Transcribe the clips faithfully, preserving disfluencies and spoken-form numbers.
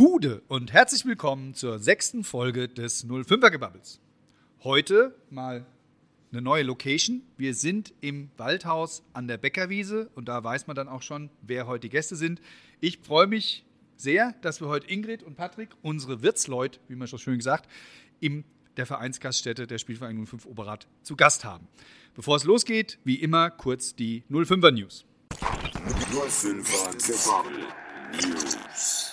Gude und herzlich willkommen zur sechsten Folge des null fünfer Gebabbels. Heute mal eine neue Location. Wir sind im Waldhaus an der Bäckerwiese und da weiß man dann auch schon, wer heute die Gäste sind. Ich freue mich sehr, dass wir heute Ingrid und Patrick, unsere Wirtsleute, wie man schon schön gesagt, in der Vereinsgaststätte der Spielvereinigung null fünf Oberrad zu Gast haben. Bevor es losgeht, wie immer kurz die null fünfer News. null fünfer Gebabbel News.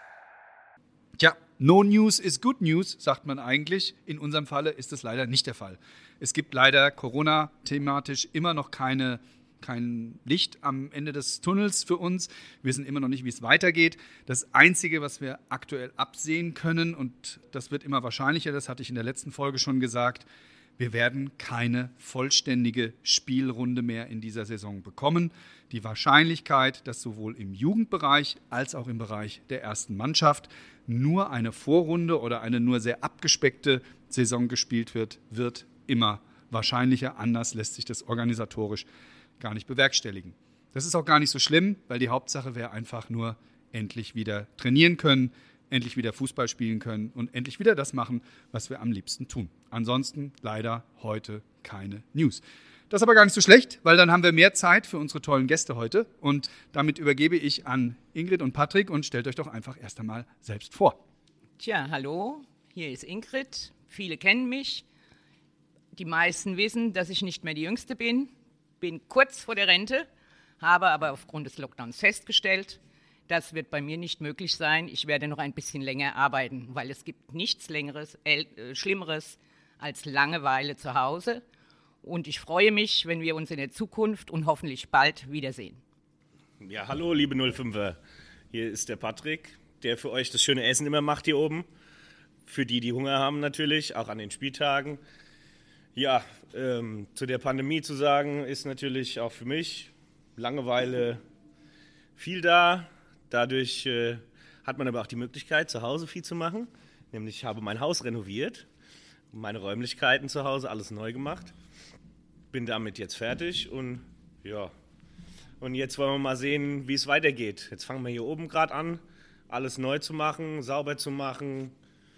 Tja, no news is good news, sagt man eigentlich. In unserem Falle ist das leider nicht der Fall. Es gibt leider Corona-thematisch immer noch keine, kein Licht am Ende des Tunnels für uns. Wir wissen immer noch nicht, wie es weitergeht. Das Einzige, was wir aktuell absehen können, und das wird immer wahrscheinlicher, das hatte ich in der letzten Folge schon gesagt, wir werden keine vollständige Spielrunde mehr in dieser Saison bekommen. Die Wahrscheinlichkeit, dass sowohl im Jugendbereich als auch im Bereich der ersten Mannschaft nur eine Vorrunde oder eine nur sehr abgespeckte Saison gespielt wird, wird immer wahrscheinlicher. Anders lässt sich das organisatorisch gar nicht bewerkstelligen. Das ist auch gar nicht so schlimm, weil die Hauptsache wäre einfach nur endlich wieder trainieren können, endlich wieder Fußball spielen können und endlich wieder das machen, was wir am liebsten tun. Ansonsten leider heute keine News. Das ist aber gar nicht so schlecht, weil dann haben wir mehr Zeit für unsere tollen Gäste heute. Und damit übergebe ich an Ingrid und Patrick und stellt euch doch einfach erst einmal selbst vor. Tja, hallo, hier ist Ingrid. Viele kennen mich. Die meisten wissen, dass ich nicht mehr die Jüngste bin. Bin kurz vor der Rente, habe aber aufgrund des Lockdowns festgestellt, das wird bei mir nicht möglich sein. Ich werde noch ein bisschen länger arbeiten, weil es gibt nichts Längeres, äh, Schlimmeres als Langeweile zu Hause. Und ich freue mich, wenn wir uns in der Zukunft und hoffentlich bald wiedersehen. Ja, hallo, liebe null fünfer. Hier ist der Patrick, der für euch das schöne Essen immer macht hier oben. Für die, die Hunger haben natürlich, auch an den Spieltagen. Ja, ähm, zu der Pandemie zu sagen, ist natürlich auch für mich Langeweile viel da. Dadurch äh, hat man aber auch die Möglichkeit, zu Hause viel zu machen. Nämlich ich habe mein Haus renoviert, meine Räumlichkeiten zu Hause, alles neu gemacht. Bin damit jetzt fertig und ja, und jetzt wollen wir mal sehen, wie es weitergeht. Jetzt fangen wir hier oben gerade an, alles neu zu machen, sauber zu machen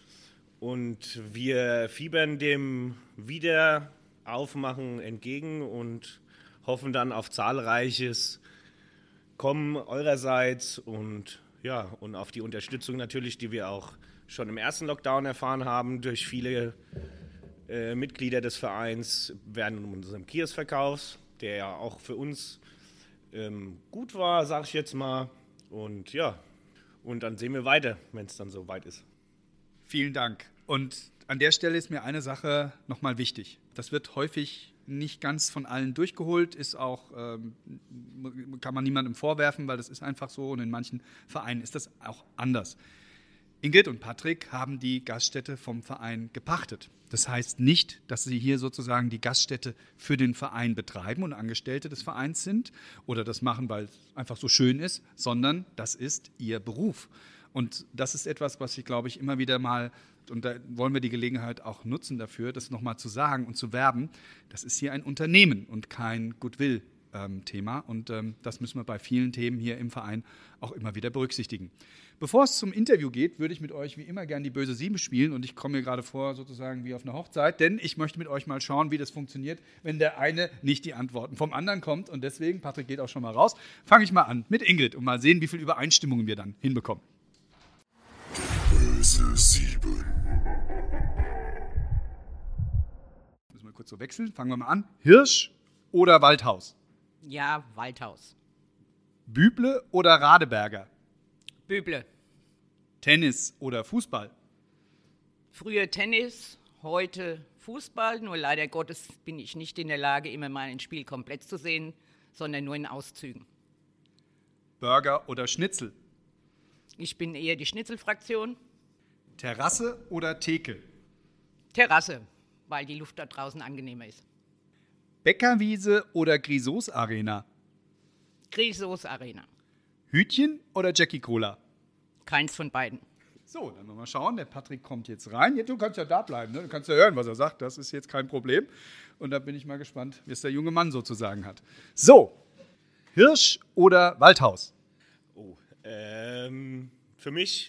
und wir fiebern dem Wiederaufmachen entgegen und hoffen dann auf zahlreiches Kommen eurerseits und ja, und auf die Unterstützung natürlich, die wir auch schon im ersten Lockdown erfahren haben durch viele Äh, Mitglieder des Vereins während unserem Kioskverkaufs, der ja auch für uns ähm, gut war, sage ich jetzt mal. Und ja, und dann sehen wir weiter, wenn es dann so weit ist. Vielen Dank. Und an der Stelle ist mir eine Sache nochmal wichtig. Das wird häufig nicht ganz von allen durchgeholt, ist auch, ähm, kann man niemandem vorwerfen, weil das ist einfach so und in manchen Vereinen ist das auch anders. Ingrid und Patrick haben die Gaststätte vom Verein gepachtet. Das heißt nicht, dass sie hier sozusagen die Gaststätte für den Verein betreiben und Angestellte des Vereins sind oder das machen, weil es einfach so schön ist, sondern das ist ihr Beruf. Und das ist etwas, was ich, glaube ich, immer wieder mal, und da wollen wir die Gelegenheit auch nutzen dafür, das nochmal zu sagen und zu werben, das ist hier ein Unternehmen und kein Goodwill-Thema. Und ähm, das müssen wir bei vielen Themen hier im Verein auch immer wieder berücksichtigen. Bevor es zum Interview geht, würde ich mit euch wie immer gerne die böse Sieben spielen und ich komme mir gerade vor sozusagen wie auf einer Hochzeit, denn ich möchte mit euch mal schauen, wie das funktioniert, wenn der eine nicht die Antworten vom anderen kommt und deswegen, Patrick geht auch schon mal raus, fange ich mal an mit Ingrid und mal sehen, wie viele Übereinstimmungen wir dann hinbekommen. Böse Sieben. Müssen wir kurz so wechseln, fangen wir mal an. Hirsch oder Waldhaus? Ja, Waldhaus. Büble oder Radeberger? Büble. Tennis oder Fußball? Früher Tennis, heute Fußball. Nur leider Gottes bin ich nicht in der Lage, immer mal ein Spiel komplett zu sehen, sondern nur in Auszügen. Burger oder Schnitzel? Ich bin eher die Schnitzelfraktion. Terrasse oder Theke? Terrasse, weil die Luft da draußen angenehmer ist. Bäckerwiese oder Grisos Arena? Grisos Arena. Hütchen oder Jackie Cola? Keins von beiden. So, dann wollen wir mal schauen. Der Patrick kommt jetzt rein. Du kannst ja da bleiben, ne? Du kannst ja hören, was er sagt. Das ist jetzt kein Problem. Und da bin ich mal gespannt, wie es der junge Mann sozusagen hat. So, Hirsch oder Waldhaus? Oh, ähm, für mich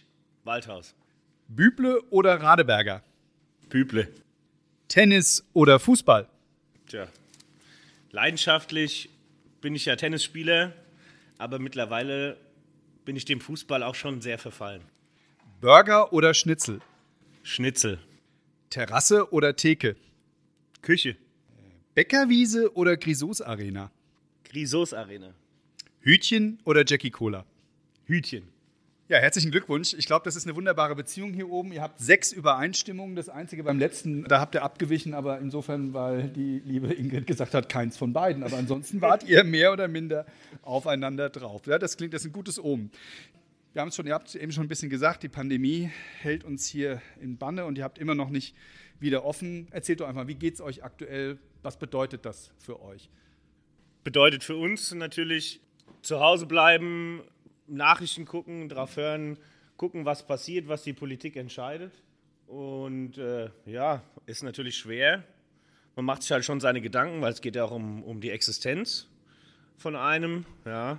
Waldhaus. Büble oder Radeberger? Büble. Tennis oder Fußball? Tja, leidenschaftlich bin ich ja Tennisspieler, aber mittlerweile bin ich dem Fußball auch schon sehr verfallen. Burger oder Schnitzel? Schnitzel. Terrasse oder Theke? Küche. Bäckerwiese oder Grisos Arena? Grisos Arena. Hütchen oder Jackie Cola? Hütchen. Ja, herzlichen Glückwunsch. Ich glaube, das ist eine wunderbare Beziehung hier oben. Ihr habt sechs Übereinstimmungen. Das Einzige beim letzten, da habt ihr abgewichen, aber insofern, weil die liebe Ingrid gesagt hat, keins von beiden. Aber ansonsten wart ihr mehr oder minder aufeinander drauf. Ja, das klingt, das ist ein gutes Omen. Wir haben es schon, ihr habt es eben schon ein bisschen gesagt, die Pandemie hält uns hier in Banne und ihr habt immer noch nicht wieder offen. Erzählt doch einfach, wie geht es euch aktuell? Was bedeutet das für euch? Bedeutet für uns natürlich zu Hause bleiben, Nachrichten gucken, drauf hören, gucken, was passiert, was die Politik entscheidet. Und äh, ja, ist natürlich schwer. Man macht sich halt schon seine Gedanken, weil es geht ja auch um, um die Existenz von einem. Ja.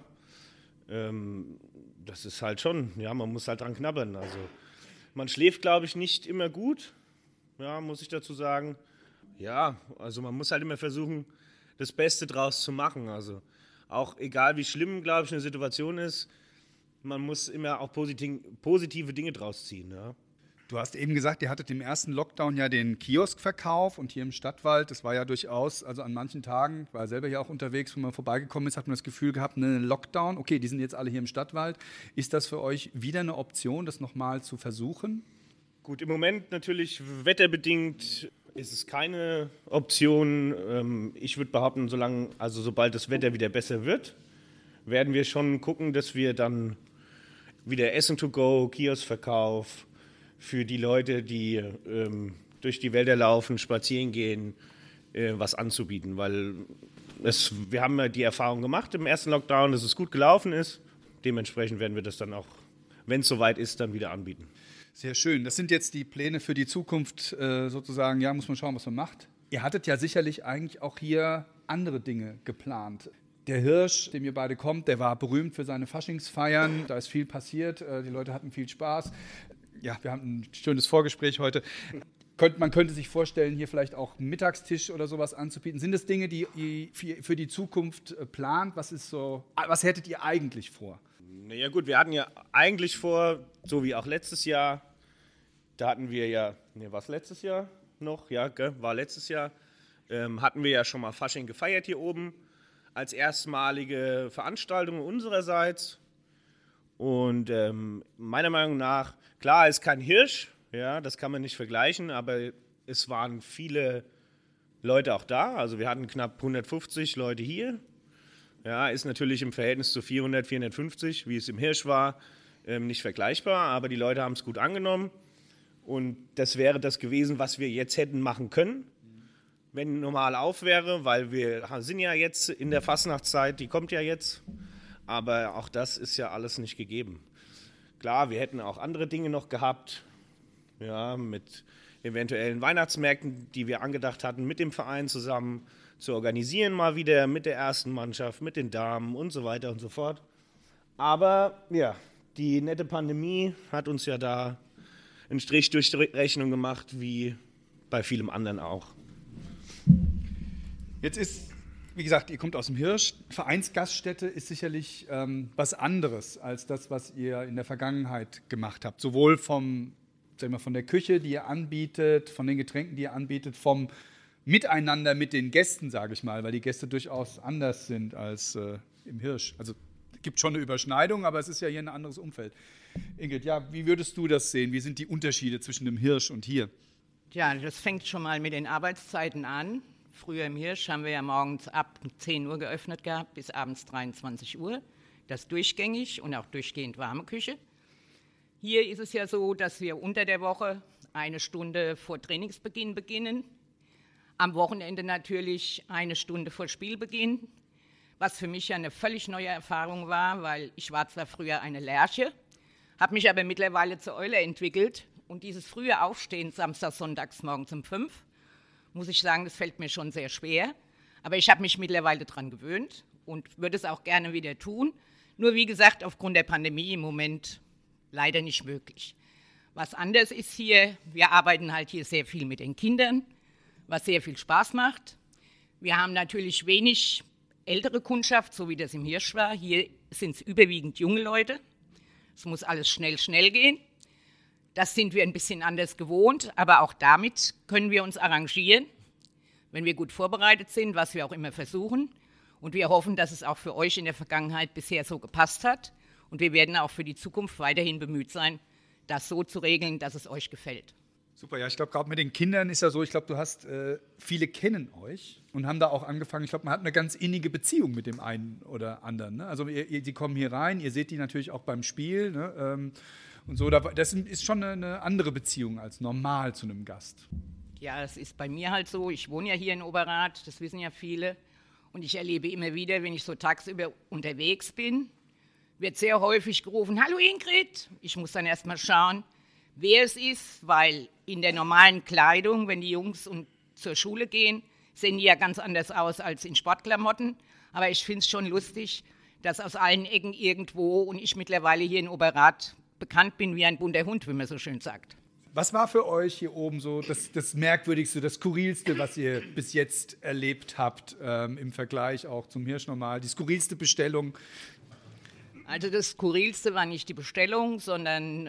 Ähm, das ist halt schon, ja, man muss halt dran knabbern. Also man schläft, glaube ich, nicht immer gut, ja, muss ich dazu sagen. Ja, also man muss halt immer versuchen, das Beste draus zu machen. Also auch egal, wie schlimm, glaube ich, eine Situation ist, man muss immer auch positiv, positive Dinge draus ziehen. Ja. Du hast eben gesagt, ihr hattet im ersten Lockdown ja den Kioskverkauf und hier im Stadtwald, das war ja durchaus, also an manchen Tagen, ich war selber ja auch unterwegs, wenn man vorbeigekommen ist, hat man das Gefühl gehabt, ne, Lockdown, okay, die sind jetzt alle hier im Stadtwald. Ist das für euch wieder eine Option, das nochmal zu versuchen? Gut, im Moment natürlich wetterbedingt ist es keine Option. Ich würde behaupten, solange, also sobald das Wetter wieder besser wird, werden wir schon gucken, dass wir dann wieder Essen to go, Kioskverkauf für die Leute, die ähm, durch die Wälder laufen, spazieren gehen, äh, was anzubieten. Weil es, wir haben ja die Erfahrung gemacht im ersten Lockdown, dass es gut gelaufen ist. Dementsprechend werden wir das dann auch, wenn es soweit ist, dann wieder anbieten. Sehr schön. Das sind jetzt die Pläne für die Zukunft äh, sozusagen. Ja, muss man schauen, was man macht. Ihr hattet ja sicherlich eigentlich auch hier andere Dinge geplant. Der Hirsch, dem ihr beide kommt, der war berühmt für seine Faschingsfeiern. Da ist viel passiert. Äh, die Leute hatten viel Spaß. Ja, wir haben ein schönes Vorgespräch heute. Könnt, man könnte sich vorstellen, hier vielleicht auch einen Mittagstisch oder sowas anzubieten. Sind das Dinge, die ihr für die Zukunft plant? Was ist so, was hättet ihr eigentlich vor? Ja gut, wir hatten ja eigentlich vor, so wie auch letztes Jahr, da hatten wir ja, ne, war es letztes Jahr noch? Ja, gell, war letztes Jahr, ähm, hatten wir ja schon mal Fasching gefeiert hier oben, als erstmalige Veranstaltung unsererseits. Und ähm, meiner Meinung nach, klar, ist kein Hirsch, ja, das kann man nicht vergleichen, aber es waren viele Leute auch da, also wir hatten knapp hundertfünfzig Leute hier. Ja, ist natürlich im Verhältnis zu vierhundert, vierhundertfünfzig, wie es im Hirsch war, ähm, nicht vergleichbar, aber die Leute haben es gut angenommen und das wäre das gewesen, was wir jetzt hätten machen können, wenn normal auf wäre, weil wir sind ja jetzt in der Fastnachtszeit, die kommt ja jetzt, aber auch das ist ja alles nicht gegeben. Klar, wir hätten auch andere Dinge noch gehabt, ja, mit eventuellen Weihnachtsmärkten, die wir angedacht hatten, mit dem Verein zusammen zu organisieren, mal wieder mit der ersten Mannschaft, mit den Damen und so weiter und so fort. Aber ja, die nette Pandemie hat uns ja da einen Strich durch die Rechnung gemacht, wie bei vielem anderen auch. Jetzt ist, wie gesagt, ihr kommt aus dem Hirsch. Vereinsgaststätte ist sicherlich ähm, was anderes als das, was ihr in der Vergangenheit gemacht habt. Sowohl vom, sag ich mal, von der Küche, die ihr anbietet, von den Getränken, die ihr anbietet, vom Miteinander mit den Gästen, sage ich mal, weil die Gäste durchaus anders sind als äh, im Hirsch. Also es gibt schon eine Überschneidung, aber es ist ja hier ein anderes Umfeld. Ingrid, ja, wie würdest du das sehen? Wie sind die Unterschiede zwischen dem Hirsch und hier? Ja, das fängt schon mal mit den Arbeitszeiten an. Früher im Hirsch haben wir ja morgens ab zehn Uhr geöffnet gehabt, bis abends dreiundzwanzig Uhr. Das durchgängig und auch durchgehend warme Küche. Hier ist es ja so, dass wir unter der Woche eine Stunde vor Trainingsbeginn beginnen. Am Wochenende natürlich eine Stunde vor Spielbeginn, was für mich ja eine völlig neue Erfahrung war, weil ich war zwar früher eine Lerche, habe mich aber mittlerweile zur Eule entwickelt und dieses frühe Aufstehen samstags, sonntags morgens um fünf, muss ich sagen, das fällt mir schon sehr schwer, aber ich habe mich mittlerweile daran gewöhnt und würde es auch gerne wieder tun, nur wie gesagt, aufgrund der Pandemie im Moment leider nicht möglich. Was anders ist hier, wir arbeiten halt hier sehr viel mit den Kindern, was sehr viel Spaß macht. Wir haben natürlich wenig ältere Kundschaft, so wie das im Hirsch war. Hier sind es überwiegend junge Leute. Es muss alles schnell, schnell gehen. Das sind wir ein bisschen anders gewohnt, aber auch damit können wir uns arrangieren, wenn wir gut vorbereitet sind, was wir auch immer versuchen. Und wir hoffen, dass es auch für euch in der Vergangenheit bisher so gepasst hat. Und wir werden auch für die Zukunft weiterhin bemüht sein, das so zu regeln, dass es euch gefällt. Super, ja, ich glaube, gerade mit den Kindern ist ja so, ich glaube, du hast, äh, viele kennen euch und haben da auch angefangen, ich glaube, man hat eine ganz innige Beziehung mit dem einen oder anderen. Ne? Also ihr, ihr, die kommen hier rein, ihr seht die natürlich auch beim Spiel, ne? ähm, und so, das ist schon eine, eine andere Beziehung als normal zu einem Gast. Ja, das ist bei mir halt so, ich wohne ja hier in Oberrath, das wissen ja viele, und ich erlebe immer wieder, wenn ich so tagsüber unterwegs bin, wird sehr häufig gerufen, hallo Ingrid, ich muss dann erstmal schauen, wer es ist, weil in der normalen Kleidung, wenn die Jungs und zur Schule gehen, sehen die ja ganz anders aus als in Sportklamotten. Aber ich finde es schon lustig, dass aus allen Ecken irgendwo und ich mittlerweile hier in Oberrath bekannt bin wie ein bunter Hund, wie man so schön sagt. Was war für euch hier oben so das, das Merkwürdigste, das Skurrilste, was ihr bis jetzt erlebt habt, ähm, im Vergleich auch zum Hirsch normal? Die skurrilste Bestellung? Also das Skurrilste war nicht die Bestellung, sondern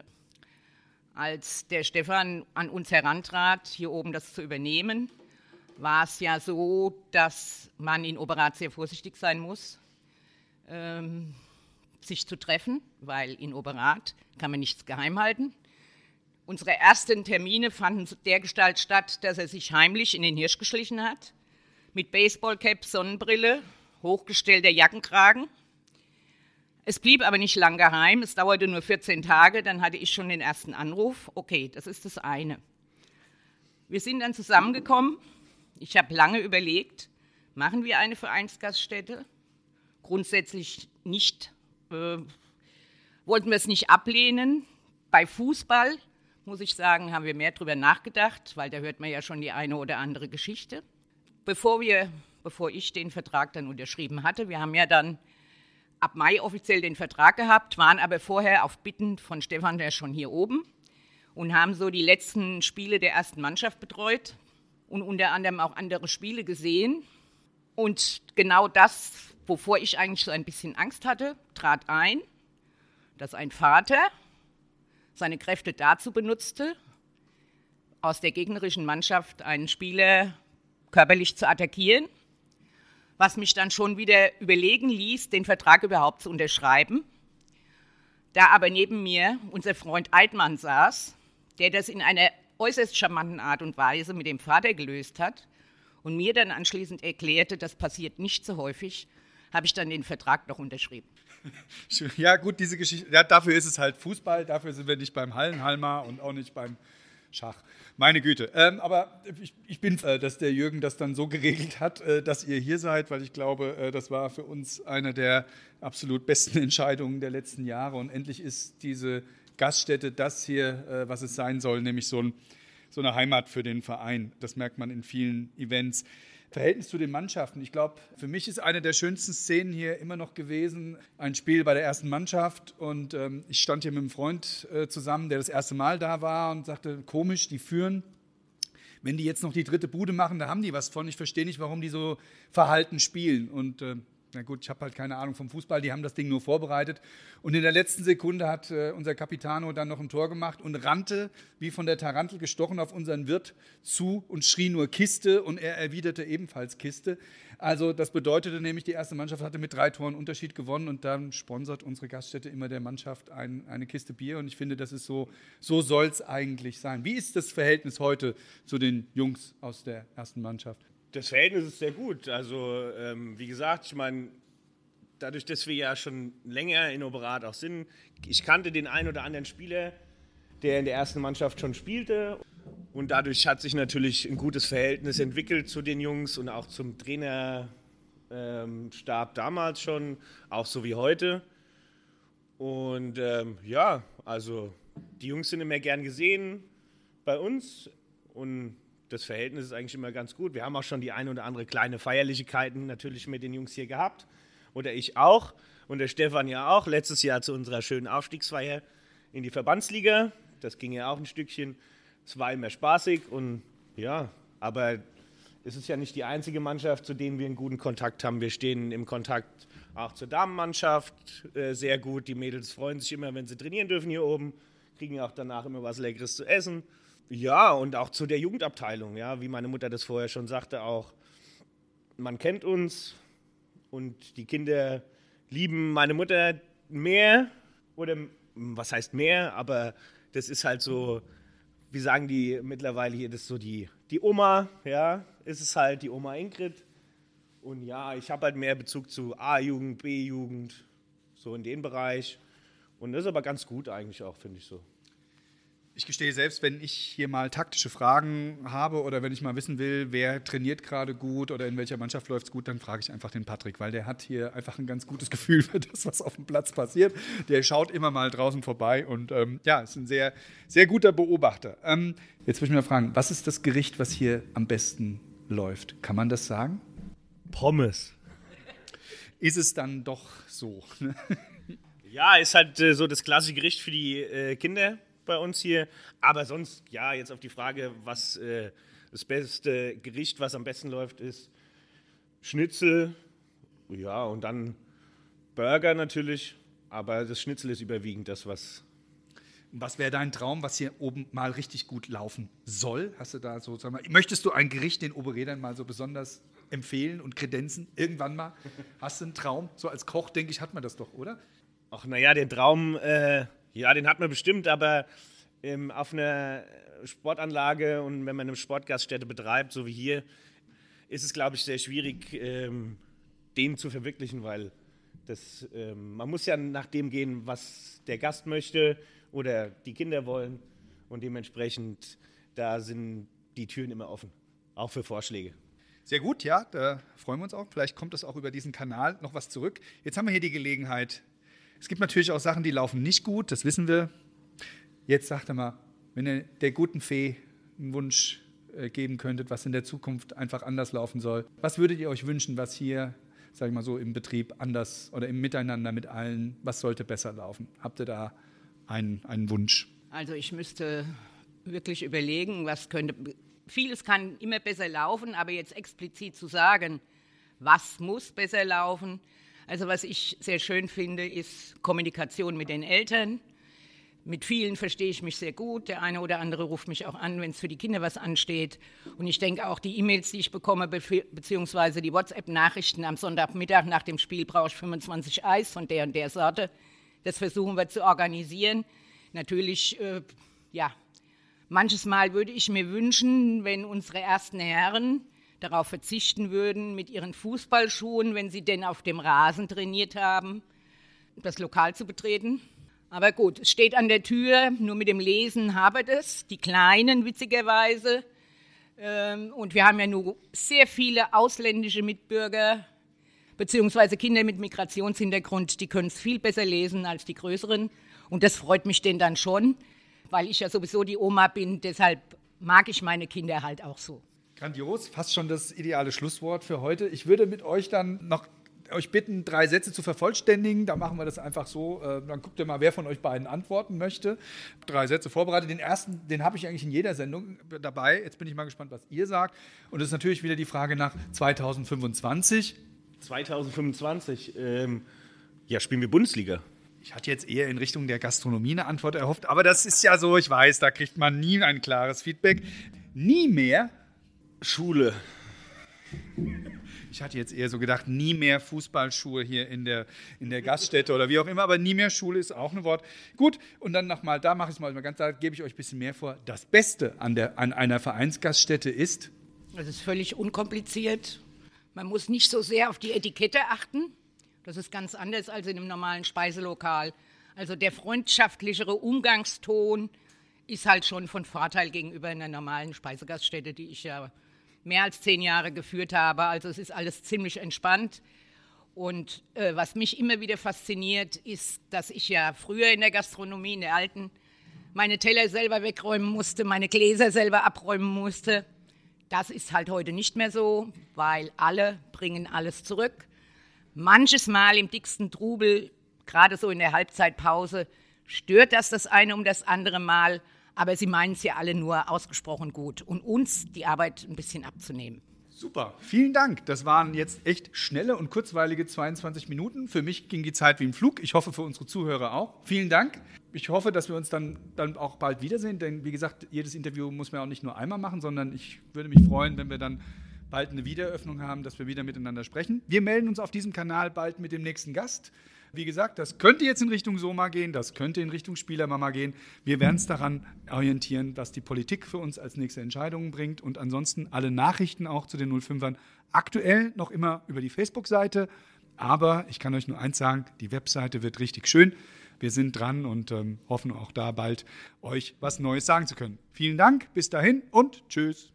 als der Stefan an uns herantrat, hier oben das zu übernehmen, war es ja so, dass man in Oberrath sehr vorsichtig sein muss, ähm, sich zu treffen, weil in Oberrath kann man nichts geheim halten. Unsere ersten Termine fanden dergestalt statt, dass er sich heimlich in den Hirsch geschlichen hat, mit Baseballcap, Sonnenbrille, hochgestellter Jackenkragen. Es blieb aber nicht lang geheim, es dauerte nur vierzehn Tage, dann hatte ich schon den ersten Anruf. Okay, das ist das eine. Wir sind dann zusammengekommen. Ich habe lange überlegt, machen wir eine Vereinsgaststätte? Grundsätzlich nicht, äh, wollten wir es nicht ablehnen. Bei Fußball, muss ich sagen, haben wir mehr darüber nachgedacht, weil da hört man ja schon die eine oder andere Geschichte. Bevor wir, bevor ich den Vertrag dann unterschrieben hatte, wir haben ja dann ab Mai offiziell den Vertrag gehabt, waren aber vorher auf Bitten von Stefan der schon hier oben und haben so die letzten Spiele der ersten Mannschaft betreut und unter anderem auch andere Spiele gesehen. Und genau das, wovor ich eigentlich so ein bisschen Angst hatte, trat ein, dass ein Vater seine Kräfte dazu benutzte, aus der gegnerischen Mannschaft einen Spieler körperlich zu attackieren, was mich dann schon wieder überlegen ließ, den Vertrag überhaupt zu unterschreiben. Da aber neben mir unser Freund Eidmann saß, der das in einer äußerst charmanten Art und Weise mit dem Vater gelöst hat und mir dann anschließend erklärte, das passiert nicht so häufig, habe ich dann den Vertrag noch unterschrieben. Ja gut, diese Geschichte, ja, dafür ist es halt Fußball, dafür sind wir nicht beim Hallenhalmer und auch nicht beim Schach. Meine Güte. Ähm, aber ich, ich bin, äh, dass der Jürgen das dann so geregelt hat, äh, dass ihr hier seid, weil ich glaube, äh, das war für uns eine der absolut besten Entscheidungen der letzten Jahre. Und endlich ist diese Gaststätte das hier, äh, was es sein soll, nämlich so, ein, so eine Heimat für den Verein. Das merkt man in vielen Events. Verhältnis zu den Mannschaften. Ich glaube, für mich ist eine der schönsten Szenen hier immer noch gewesen, ein Spiel bei der ersten Mannschaft. Und ähm, ich stand hier mit einem Freund äh, zusammen, der das erste Mal da war und sagte, komisch, die führen. Wenn die jetzt noch die dritte Bude machen, da haben die was von. Ich verstehe nicht, warum die so verhalten spielen. Und äh, na gut, ich habe halt keine Ahnung vom Fußball, die haben das Ding nur vorbereitet. Und in der letzten Sekunde hat äh, unser Capitano dann noch ein Tor gemacht und rannte, wie von der Tarantel gestochen, auf unseren Wirt zu und schrie nur Kiste und er erwiderte ebenfalls Kiste. Also das bedeutete nämlich, die erste Mannschaft hatte mit drei Toren Unterschied gewonnen und dann sponsert unsere Gaststätte immer der Mannschaft ein, eine Kiste Bier und ich finde, das ist so, so soll es eigentlich sein. Wie ist das Verhältnis heute zu den Jungs aus der ersten Mannschaft? Das Verhältnis ist sehr gut. Also, ähm, wie gesagt, ich meine, dadurch, dass wir ja schon länger in Oberrath auch sind, ich kannte den einen oder anderen Spieler, der in der ersten Mannschaft schon spielte. Und dadurch hat sich natürlich ein gutes Verhältnis entwickelt zu den Jungs und auch zum Trainerstab ähm, damals schon, auch so wie heute. Und ähm, ja, also die Jungs sind immer gern gesehen bei uns und das Verhältnis ist eigentlich immer ganz gut. Wir haben auch schon die ein oder andere kleine Feierlichkeiten natürlich mit den Jungs hier gehabt. Oder ich auch. Und der Stefan ja auch. Letztes Jahr zu unserer schönen Aufstiegsfeier in die Verbandsliga. das ging ja auch ein Stückchen. Es war immer spaßig und ja, aber es ist ja nicht die einzige Mannschaft, zu denen wir einen guten Kontakt haben. Wir stehen im Kontakt auch zur Damenmannschaft äh, sehr gut. Die Mädels freuen sich immer, wenn sie trainieren dürfen hier oben, kriegen auch danach immer was Leckeres zu essen. Ja, und auch zu der Jugendabteilung, ja, wie meine Mutter das vorher schon sagte, auch man kennt uns und die Kinder lieben meine Mutter mehr oder was heißt mehr, aber das ist halt so, wie sagen die mittlerweile hier, das ist so die, die Oma, ja, ist es halt die Oma Ingrid. Und ja, ich habe halt mehr Bezug zu A-Jugend, B-Jugend, so in den Bereich. Und das ist aber ganz gut eigentlich auch, finde ich so. Ich gestehe selbst, wenn ich hier mal taktische Fragen habe oder wenn ich mal wissen will, wer trainiert gerade gut oder in welcher Mannschaft läuft es gut, dann frage ich einfach den Patrick, weil der hat hier einfach ein ganz gutes Gefühl für das, was auf dem Platz passiert. Der schaut immer mal draußen vorbei und ähm, ja, ist ein sehr, sehr guter Beobachter. Ähm, jetzt würde ich mal fragen, was ist das Gericht, was hier am besten läuft? Kann man das sagen? Pommes. Ist es dann doch so? Ja, ist halt äh, so das klassische Gericht für die äh, Kinder bei uns hier. Aber sonst, ja, jetzt auf die Frage, was äh, das beste Gericht, was am besten läuft, ist Schnitzel. Ja, und dann Burger natürlich. Aber das Schnitzel ist überwiegend das, was... Was wäre dein Traum, was hier oben mal richtig gut laufen soll? Hast du da so, sag mal, möchtest du ein Gericht den Oberrädern mal so besonders empfehlen und kredenzen? Irgendwann mal? Hast du einen Traum? So als Koch, denke ich, hat man das doch, oder? Ach, naja, den Traum, äh, ja, den hat man bestimmt, aber ähm, auf einer Sportanlage und wenn man eine Sportgaststätte betreibt, so wie hier, ist es, glaube ich, sehr schwierig, ähm, den zu verwirklichen, weil das, ähm, man muss ja nach dem gehen, was der Gast möchte oder die Kinder wollen und dementsprechend, da sind die Türen immer offen, auch für Vorschläge. Sehr gut, ja, da freuen wir uns auch. Vielleicht kommt das auch über diesen Kanal noch was zurück. Jetzt haben wir hier die Gelegenheit. Es gibt natürlich auch Sachen, die laufen nicht gut, das wissen wir. Jetzt sagt er mal, wenn ihr der guten Fee einen Wunsch äh, geben könntet, was in der Zukunft einfach anders laufen soll. Was würdet ihr euch wünschen, was hier, sag ich mal so, im Betrieb anders oder im Miteinander mit allen, was sollte besser laufen? Habt ihr da einen, einen Wunsch? Also ich müsste wirklich überlegen, was könnte, vieles kann immer besser laufen, aber jetzt explizit zu sagen, was muss besser laufen. Also was ich sehr schön finde, ist Kommunikation mit den Eltern. Mit vielen verstehe ich mich sehr gut. Der eine oder andere ruft mich auch an, wenn es für die Kinder was ansteht. Und ich denke auch, die E-Mails, die ich bekomme, be- beziehungsweise die WhatsApp-Nachrichten am Sonntagmittag nach dem Spiel, brauche ich fünfundzwanzig Eis von der und der Sorte. Das versuchen wir zu organisieren. Natürlich, äh, ja, manches Mal würde ich mir wünschen, wenn unsere ersten Herren darauf verzichten würden, mit ihren Fußballschuhen, wenn sie denn auf dem Rasen trainiert haben, das Lokal zu betreten. Aber gut, es steht an der Tür, nur mit dem Lesen habe das, die Kleinen witzigerweise. Und wir haben ja nur sehr viele ausländische Mitbürger, beziehungsweise Kinder mit Migrationshintergrund, die können es viel besser lesen als die Größeren. Und das freut mich denn dann schon, weil ich ja sowieso die Oma bin, deshalb mag ich meine Kinder halt auch so. Grandios, fast schon das ideale Schlusswort für heute. Ich würde mit euch dann noch euch bitten, drei Sätze zu vervollständigen. Da machen wir das einfach so. Dann guckt ihr mal, wer von euch beiden antworten möchte. Drei Sätze vorbereitet. Den ersten, den habe ich eigentlich in jeder Sendung dabei. Jetzt bin ich mal gespannt, was ihr sagt. Und das ist natürlich wieder die Frage nach zwanzig fünfundzwanzig. zwanzig fünfundzwanzig, ähm, ja, spielen wir Bundesliga. Ich hatte jetzt eher in Richtung der Gastronomie eine Antwort erhofft. Aber das ist ja so, ich weiß, da kriegt man nie ein klares Feedback. Nie mehr Schule. Ich hatte jetzt eher so gedacht, nie mehr Fußballschuhe hier in der, in der Gaststätte oder wie auch immer, aber nie mehr Schule ist auch ein Wort. Gut, und dann nochmal, da mache ich es mal ganz klar, gebe ich euch ein bisschen mehr vor. Das Beste an, der, an einer Vereinsgaststätte ist? Das ist völlig unkompliziert. Man muss nicht so sehr auf die Etikette achten. Das ist ganz anders als in einem normalen Speiselokal. Also der freundschaftlichere Umgangston ist halt schon von Vorteil gegenüber einer normalen Speisegaststätte, die ich ja mehr als zehn Jahre geführt habe. Also es ist alles ziemlich entspannt. Und äh, was mich immer wieder fasziniert, ist, dass ich ja früher in der Gastronomie, in der alten, meine Teller selber wegräumen musste, meine Gläser selber abräumen musste. Das ist halt heute nicht mehr so, weil alle bringen alles zurück. Manches Mal im dicksten Trubel, gerade so in der Halbzeitpause, stört das das eine um das andere Mal. Aber sie meinen es ja alle nur ausgesprochen gut und uns die Arbeit ein bisschen abzunehmen. Super, vielen Dank. Das waren jetzt echt schnelle und kurzweilige zweiundzwanzig Minuten. Für mich ging die Zeit wie im Flug. Ich hoffe, für unsere Zuhörer auch. Vielen Dank. Ich hoffe, dass wir uns dann, dann auch bald wiedersehen, denn wie gesagt, jedes Interview muss man auch nicht nur einmal machen, sondern ich würde mich freuen, wenn wir dann bald eine Wiedereröffnung haben, dass wir wieder miteinander sprechen. Wir melden uns auf diesem Kanal bald mit dem nächsten Gast. Wie gesagt, das könnte jetzt in Richtung Soma gehen, das könnte in Richtung Spielermama gehen. Wir werden es daran orientieren, was die Politik für uns als nächste Entscheidungen bringt. Und ansonsten alle Nachrichten auch zu den null fünfern aktuell noch immer über die Facebook-Seite. Aber ich kann euch nur eins sagen, die Webseite wird richtig schön. Wir sind dran und ähm, hoffen auch da bald euch was Neues sagen zu können. Vielen Dank, bis dahin und tschüss.